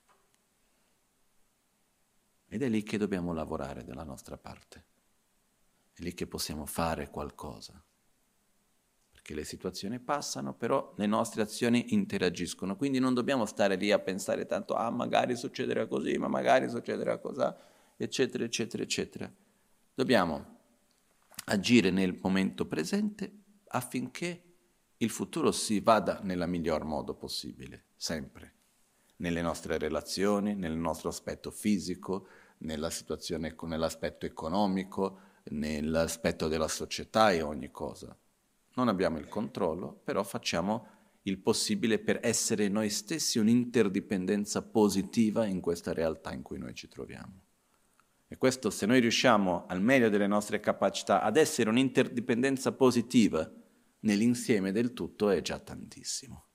Ed è lì che dobbiamo lavorare dalla nostra parte. È lì che possiamo fare qualcosa. Perché le situazioni passano, però le nostre azioni interagiscono. Quindi non dobbiamo stare lì a pensare tanto, ah, magari succederà così, ma magari succederà così, eccetera, eccetera, eccetera. Dobbiamo agire nel momento presente affinché il futuro si vada nel miglior modo possibile, sempre. Nelle nostre relazioni, nel nostro aspetto fisico, nella situazione, nell'aspetto economico, nell'aspetto della società e ogni cosa. Non abbiamo il controllo, però facciamo il possibile per essere noi stessi un'interdipendenza positiva in questa realtà in cui noi ci troviamo. E questo, se noi riusciamo al meglio delle nostre capacità ad essere un'interdipendenza positiva nell'insieme del tutto, è già tantissimo.